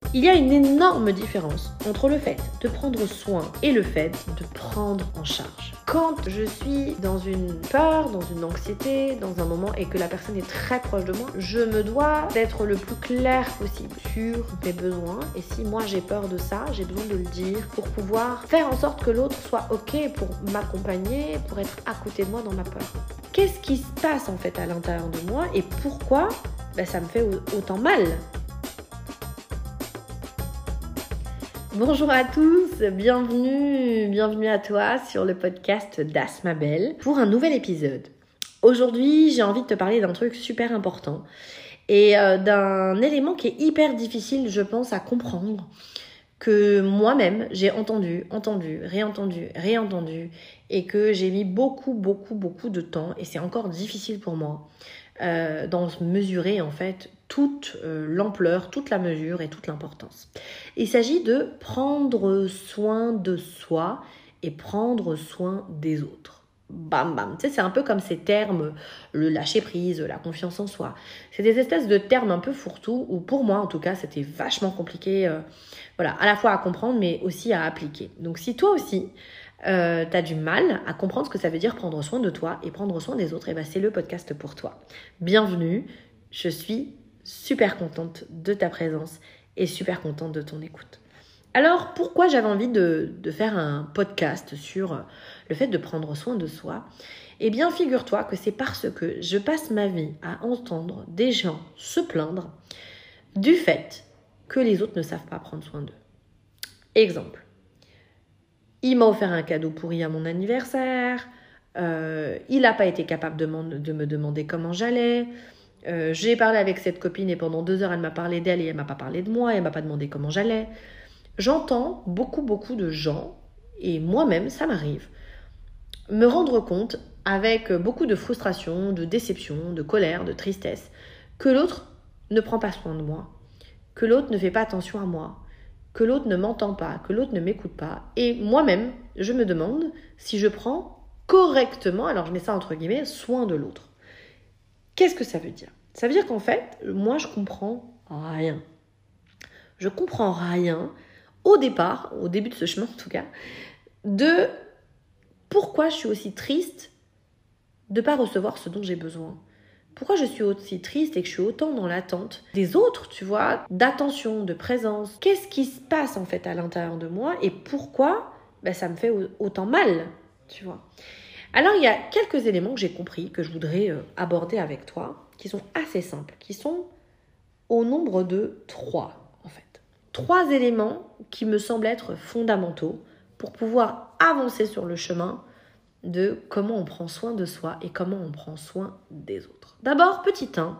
Il y a une énorme différence entre le fait de prendre soin et le fait de prendre en charge. Quand je suis dans une peur, dans une anxiété, dans un moment et que la personne est très proche de moi, je me dois d'être le plus clair possible sur mes besoins. Et si moi j'ai peur de ça, j'ai besoin de le dire pour pouvoir faire en sorte que l'autre soit OK pour m'accompagner, pour être à côté de moi dans ma peur. Qu'est-ce qui se passe en fait à l'intérieur de moi et pourquoi ça me fait autant mal ? Bonjour à tous, bienvenue à toi sur le podcast Das ma belle pour un nouvel épisode. Aujourd'hui, j'ai envie de te parler d'un truc super important et d'un élément qui est hyper difficile, je pense, à comprendre, que moi-même j'ai entendu, réentendu et que j'ai mis beaucoup de temps et c'est encore difficile pour moi d'en mesurer en fait toute l'ampleur, toute la mesure et toute l'importance. Il s'agit de prendre soin de soi et prendre soin des autres. Bam bam, tu sais, c'est un peu comme ces termes, le lâcher prise, la confiance en soi. C'est des espèces de termes un peu fourre-tout où pour moi en tout cas c'était vachement compliqué, à la fois à comprendre mais aussi à appliquer. Donc si toi aussi t'as du mal à comprendre ce que ça veut dire prendre soin de toi et prendre soin des autres, et c'est le podcast pour toi. Bienvenue, je suis super contente de ta présence et super contente de ton écoute. Alors, pourquoi j'avais envie de faire un podcast sur le fait de prendre soin de soi ? Eh bien, figure-toi que c'est parce que je passe ma vie à entendre des gens se plaindre du fait que les autres ne savent pas prendre soin d'eux. Exemple. Il m'a offert un cadeau pourri à mon anniversaire, il n'a pas été capable de me demander comment j'allais, j'ai parlé avec cette copine et pendant 2 heures elle m'a parlé d'elle et elle m'a pas parlé de moi, elle m'a pas demandé comment j'allais. J'entends beaucoup de gens, et moi-même ça m'arrive, me rendre compte avec beaucoup de frustration, de déception, de colère, de tristesse, que l'autre ne prend pas soin de moi, que l'autre ne fait pas attention à moi, que l'autre ne m'entend pas, que l'autre ne m'écoute pas. Et moi-même, je me demande si je prends correctement, alors je mets ça entre guillemets, soin de l'autre. Qu'est-ce que ça veut dire ? Ça veut dire qu'en fait, moi, je comprends rien. Je comprends rien au départ, au début de ce chemin en tout cas, de pourquoi je suis aussi triste de ne pas recevoir ce dont j'ai besoin. Pourquoi je suis aussi triste et que je suis autant dans l'attente des autres, tu vois, d'attention, de présence. Qu'est-ce qui se passe en fait à l'intérieur de moi et pourquoi ça me fait autant mal, tu vois. Alors il y a quelques éléments que j'ai compris, que je voudrais aborder avec toi, qui sont assez simples, qui sont au nombre de 3 en fait. 3 éléments qui me semblent être fondamentaux pour pouvoir avancer sur le chemin de comment on prend soin de soi et comment on prend soin des autres. D'abord, petit 1,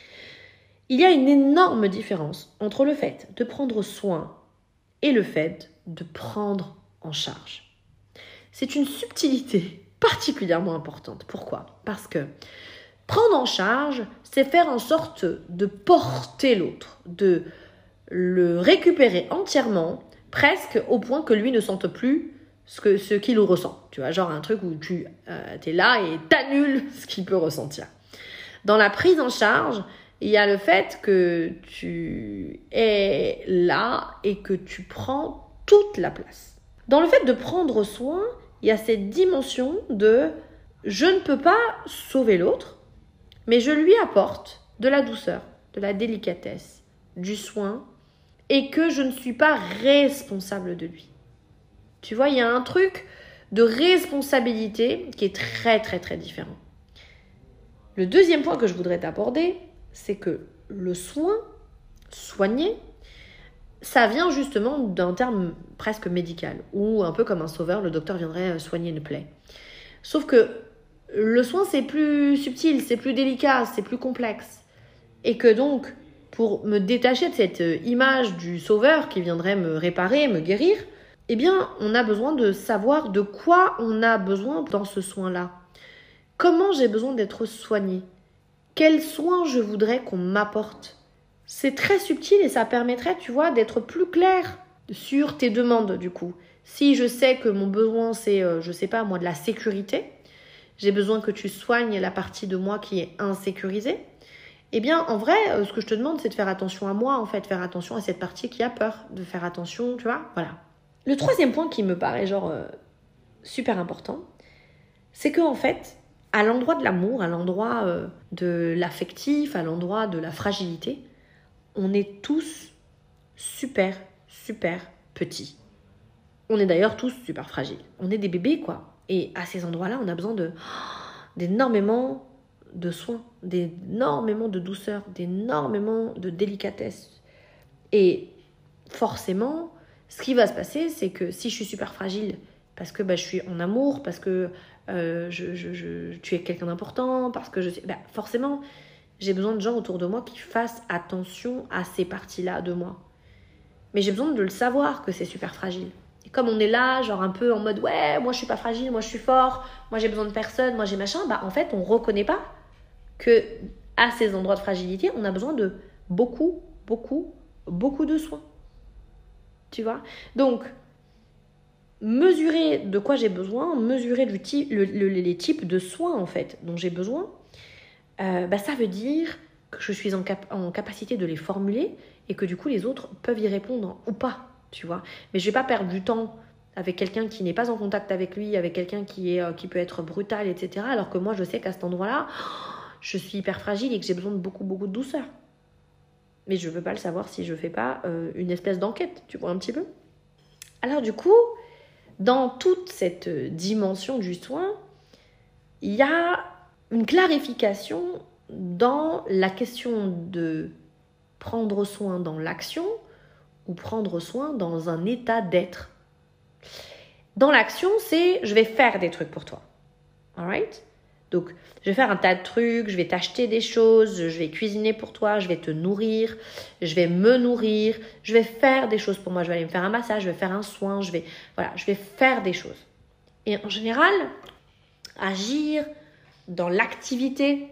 il y a une énorme différence entre le fait de prendre soin et le fait de prendre en charge. C'est une subtilité particulièrement importante. Pourquoi ? Parce que prendre en charge, c'est faire en sorte de porter l'autre, de le récupérer entièrement, presque au point que lui ne sente plus ce qu'il ressent. Tu vois, genre un truc où tu es là et t'annules ce qu'il peut ressentir. Dans la prise en charge, il y a le fait que tu es là et que tu prends toute la place. Dans le fait de prendre soin, il y a cette dimension de je ne peux pas sauver l'autre, mais je lui apporte de la douceur, de la délicatesse, du soin, et que je ne suis pas responsable de lui. Tu vois, il y a un truc de responsabilité qui est très différent. Le deuxième point que je voudrais t'aborder, c'est que le soigner, ça vient justement d'un terme presque médical, ou un peu comme un sauveur, le docteur viendrait soigner une plaie. Sauf que le soin, c'est plus subtil, c'est plus délicat, c'est plus complexe. Et que donc, pour me détacher de cette image du sauveur qui viendrait me réparer, me guérir, eh bien, on a besoin de savoir de quoi on a besoin dans ce soin-là. Comment j'ai besoin d'être soignée ? Quels soins je voudrais qu'on m'apporte ? C'est très subtil et ça permettrait, tu vois, d'être plus clair sur tes demandes, du coup. Si je sais que mon besoin, c'est, de la sécurité, j'ai besoin que tu soignes la partie de moi qui est insécurisée, Eh bien, en vrai, ce que je te demande, c'est de faire attention à moi, en fait, faire attention à cette partie qui a peur, de faire attention, tu vois, voilà. Le troisième point qui me paraît super important, c'est que en fait, à l'endroit de l'amour, à l'endroit de l'affectif, à l'endroit de la fragilité, on est tous super, super petits. On est d'ailleurs tous super fragiles. On est des bébés, quoi. Et à ces endroits-là, on a besoin d'énormément de soins, d'énormément de douceur, d'énormément de délicatesse. Et forcément, ce qui va se passer, c'est que si je suis super fragile, parce que je suis en amour, parce que tu es quelqu'un d'important, parce que forcément, j'ai besoin de gens autour de moi qui fassent attention à ces parties-là de moi. Mais j'ai besoin de le savoir que c'est super fragile. Et comme on est là, un peu en mode « Ouais, moi je suis pas fragile, moi je suis fort, moi j'ai besoin de personne, moi j'ai machin », en fait, on reconnaît pas que à ces endroits de fragilité, on a besoin de beaucoup, beaucoup, beaucoup de soins. Tu vois ? Donc, mesurer de quoi j'ai besoin, mesurer les types de soins en fait dont j'ai besoin, ça veut dire que je suis en capacité de les formuler et que du coup les autres peuvent y répondre ou pas, tu vois. Mais je vais pas perdre du temps avec quelqu'un qui n'est pas en contact avec lui, avec quelqu'un qui peut être brutal, etc. Alors que moi je sais qu'à cet endroit-là, je suis hyper fragile et que j'ai besoin de beaucoup, beaucoup de douceur. Mais je veux pas le savoir si je fais pas une espèce d'enquête, tu vois un petit peu. Alors du coup, dans toute cette dimension du soin, il y a une clarification dans la question de prendre soin dans l'action ou prendre soin dans un état d'être. Dans l'action, c'est je vais faire des trucs pour toi. Alright ? Donc, je vais faire un tas de trucs, je vais t'acheter des choses, je vais cuisiner pour toi, je vais te nourrir, je vais me nourrir, je vais faire des choses pour moi, je vais aller me faire un massage, je vais faire un soin, je vais faire des choses. Et en général, agir dans l'activité,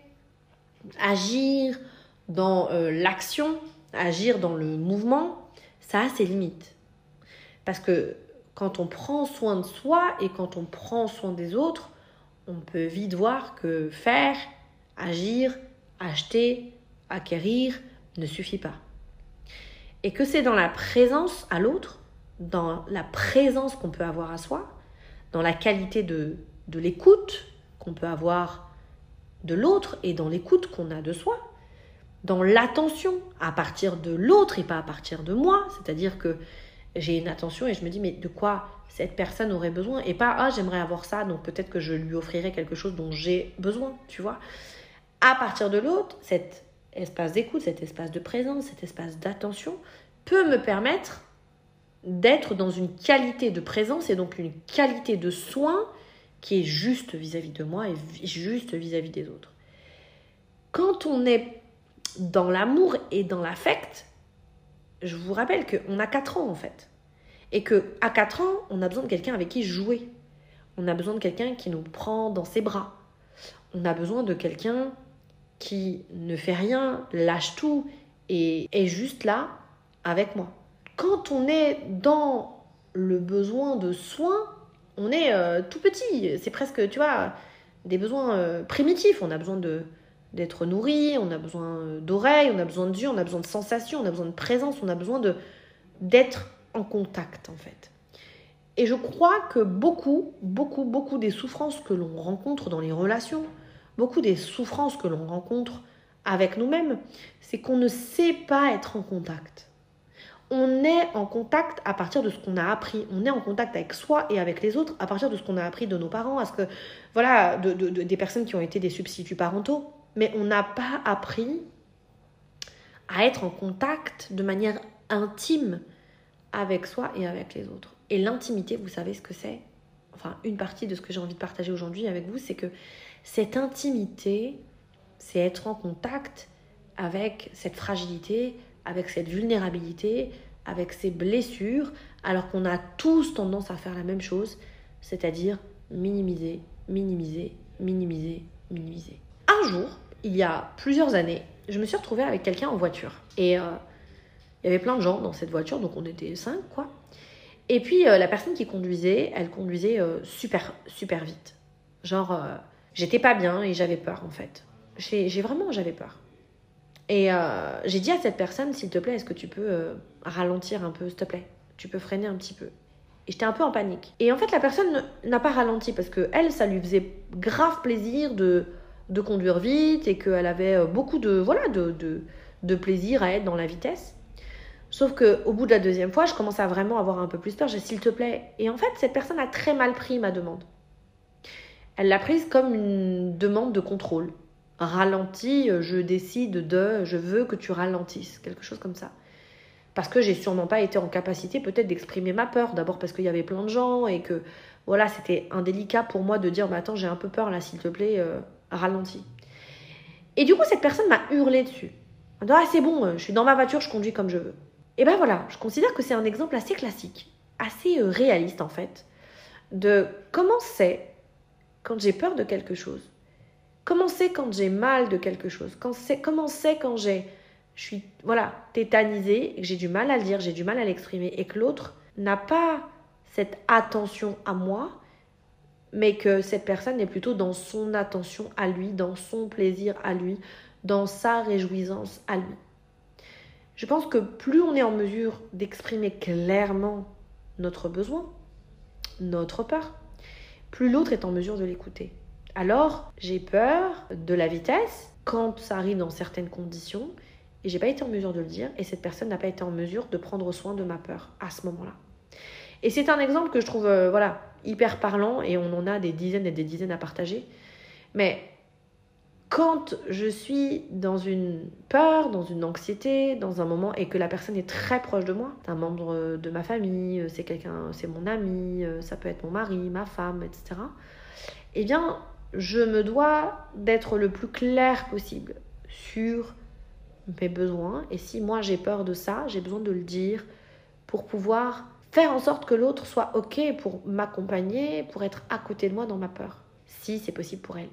agir dans l'action, agir dans le mouvement, ça a ses limites. Parce que quand on prend soin de soi et quand on prend soin des autres, on peut vite voir que faire, agir, acheter, acquérir ne suffit pas. Et que c'est dans la présence à l'autre, dans la présence qu'on peut avoir à soi, dans la qualité de l'écoute qu'on peut avoir de l'autre et dans l'écoute qu'on a de soi, dans l'attention à partir de l'autre et pas à partir de moi, c'est-à-dire que j'ai une attention et je me dis mais de quoi cette personne aurait besoin et pas j'aimerais avoir ça donc peut-être que je lui offrirai quelque chose dont j'ai besoin, tu vois. À partir de l'autre, cet espace d'écoute, cet espace de présence, cet espace d'attention peut me permettre d'être dans une qualité de présence et donc une qualité de soin qui est juste vis-à-vis de moi et juste vis-à-vis des autres. Quand on est dans l'amour et dans l'affect, je vous rappelle qu'on a 4 ans en fait. Et qu'à 4 ans, on a besoin de quelqu'un avec qui jouer. On a besoin de quelqu'un qui nous prend dans ses bras. On a besoin de quelqu'un qui ne fait rien, lâche tout et est juste là avec moi. Quand on est dans le besoin de soins, on est tout petit. C'est presque, tu vois, des besoins primitifs. On a besoin d'être nourri, on a besoin d'oreilles, on a besoin d'yeux, on a besoin de sensations, on a besoin de présence, on a besoin d'être en contact en fait. Et je crois que beaucoup des souffrances que l'on rencontre dans les relations, beaucoup des souffrances que l'on rencontre avec nous-mêmes, c'est qu'on ne sait pas être en contact. On est en contact à partir de ce qu'on a appris. On est en contact avec soi et avec les autres à partir de ce qu'on a appris de nos parents, des personnes qui ont été des substituts parentaux. Mais on n'a pas appris à être en contact de manière intime avec soi et avec les autres. Et l'intimité, vous savez ce que c'est ? Enfin, une partie de ce que j'ai envie de partager aujourd'hui avec vous, c'est que cette intimité, c'est être en contact avec cette fragilité, avec cette vulnérabilité, avec ces blessures, alors qu'on a tous tendance à faire la même chose, c'est-à-dire minimiser, minimiser, minimiser, minimiser. Un jour, il y a plusieurs années, je me suis retrouvée avec quelqu'un en voiture. Et il y avait plein de gens dans cette voiture, donc on était 5, quoi. Et puis, la personne qui conduisait, elle conduisait super, super vite. J'étais pas bien et j'avais peur, en fait. J'avais peur. Et j'ai dit à cette personne, s'il te plaît, est-ce que tu peux ralentir un peu, s'il te plaît? Tu peux freiner un petit peu. Et j'étais un peu en panique. Et en fait, la personne n'a pas ralenti parce que elle, ça lui faisait grave plaisir de conduire vite et qu'elle avait beaucoup de plaisir à être dans la vitesse. Sauf qu'au bout de la deuxième fois, je commence à vraiment avoir un peu plus peur. J'ai dit, s'il te plaît. Et en fait, cette personne a très mal pris ma demande. Elle l'a prise comme une demande de contrôle. Ralentis, je décide je veux que tu ralentisses. Quelque chose comme ça. Parce que j'ai sûrement pas été en capacité peut-être d'exprimer ma peur. D'abord parce qu'il y avait plein de gens et que voilà, c'était indélicat pour moi de dire mais attends, j'ai un peu peur là, s'il te plaît, ralentis. Et du coup, cette personne m'a hurlé dessus. Elle m'a dit, ah, c'est bon, je suis dans ma voiture, je conduis comme je veux. Et ben voilà, je considère que c'est un exemple assez classique, assez réaliste en fait, de comment c'est quand j'ai peur de quelque chose. Comment c'est quand j'ai mal de quelque chose. Comment c'est quand je suis tétanisée, et que j'ai du mal à le dire, j'ai du mal à l'exprimer, et que l'autre n'a pas cette attention à moi, mais que cette personne est plutôt dans son attention à lui, dans son plaisir à lui, dans sa réjouissance à lui. Je pense que plus on est en mesure d'exprimer clairement notre besoin, notre peur, plus l'autre est en mesure de l'écouter. Alors, j'ai peur de la vitesse quand ça arrive dans certaines conditions et j'ai pas été en mesure de le dire et cette personne n'a pas été en mesure de prendre soin de ma peur à ce moment-là. Et c'est un exemple que je trouve hyper parlant et on en a des dizaines et des dizaines à partager. Mais quand je suis dans une peur, dans une anxiété, dans un moment et que la personne est très proche de moi, c'est un membre de ma famille, c'est mon ami, ça peut être mon mari, ma femme, etc. Eh bien, je me dois d'être le plus clair possible sur mes besoins. Et si moi j'ai peur de ça, j'ai besoin de le dire pour pouvoir faire en sorte que l'autre soit OK pour m'accompagner, pour être à côté de moi dans ma peur, si c'est possible pour elle.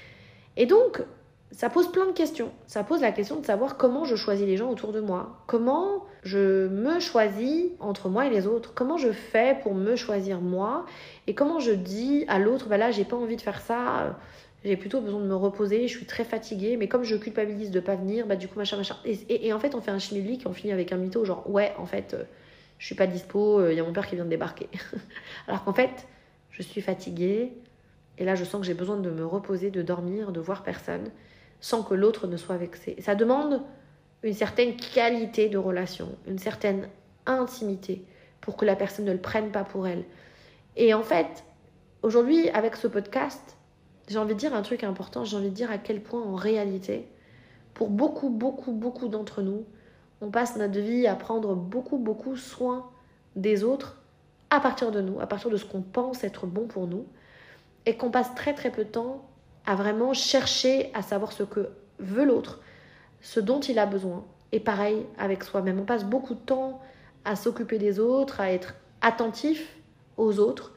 Et donc, ça pose plein de questions. Ça pose la question de savoir comment je choisis les gens autour de moi. Comment je me choisis entre moi et les autres. Comment je fais pour me choisir moi. Et comment je dis à l'autre, là, j'ai pas envie de faire ça. J'ai plutôt besoin de me reposer. Je suis très fatiguée. Mais comme je culpabilise de pas venir, du coup, machin. Et en fait, on fait un schmilblick et on finit avec un mytho genre, ouais, en fait, je suis pas dispo. Il y a mon père qui vient de débarquer. Alors qu'en fait, je suis fatiguée. Et là, je sens que j'ai besoin de me reposer, de dormir, de voir personne, sans que l'autre ne soit vexé. Ça demande une certaine qualité de relation, une certaine intimité, pour que la personne ne le prenne pas pour elle. Et en fait, aujourd'hui, avec ce podcast, j'ai envie de dire un truc important, j'ai envie de dire à quel point, en réalité, pour beaucoup, beaucoup, beaucoup d'entre nous, on passe notre vie à prendre beaucoup, beaucoup soin des autres à partir de nous, à partir de ce qu'on pense être bon pour nous, et qu'on passe très très peu de temps à vraiment chercher à savoir ce que veut l'autre, ce dont il a besoin. Et pareil avec soi-même, on passe beaucoup de temps à s'occuper des autres, à être attentif aux autres,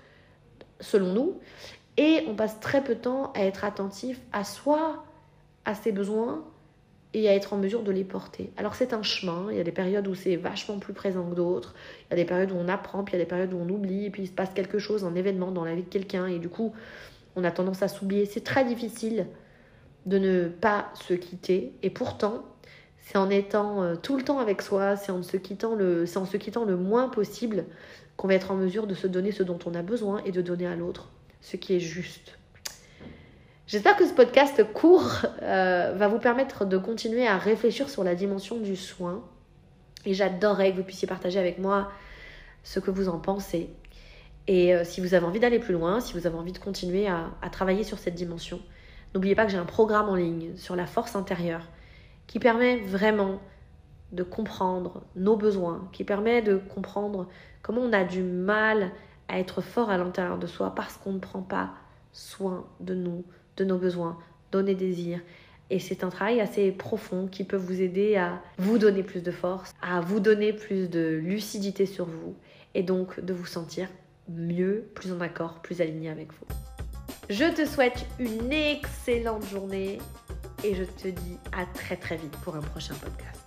selon nous, et on passe très peu de temps à être attentif à soi, à ses besoins, et à être en mesure de les porter. Alors c'est un chemin, il y a des périodes où c'est vachement plus présent que d'autres, il y a des périodes où on apprend, puis il y a des périodes où on oublie, et puis il se passe quelque chose, un événement dans la vie de quelqu'un, et du coup, on a tendance à s'oublier. C'est très difficile de ne pas se quitter, et pourtant, c'est en étant tout le temps avec soi, c'est en se quittant le moins possible qu'on va être en mesure de se donner ce dont on a besoin et de donner à l'autre ce qui est juste. J'espère que ce podcast court va vous permettre de continuer à réfléchir sur la dimension du soin. Et j'adorerais que vous puissiez partager avec moi ce que vous en pensez. Et si vous avez envie d'aller plus loin, si vous avez envie de continuer à travailler sur cette dimension, n'oubliez pas que j'ai un programme en ligne sur la force intérieure qui permet vraiment de comprendre nos besoins, qui permet de comprendre comment on a du mal à être fort à l'intérieur de soi parce qu'on ne prend pas soin de nous, de nos besoins, de nos désirs. Et c'est un travail assez profond qui peut vous aider à vous donner plus de force, à vous donner plus de lucidité sur vous et donc de vous sentir mieux, plus en accord, plus aligné avec vous. Je te souhaite une excellente journée et je te dis à très très vite pour un prochain podcast.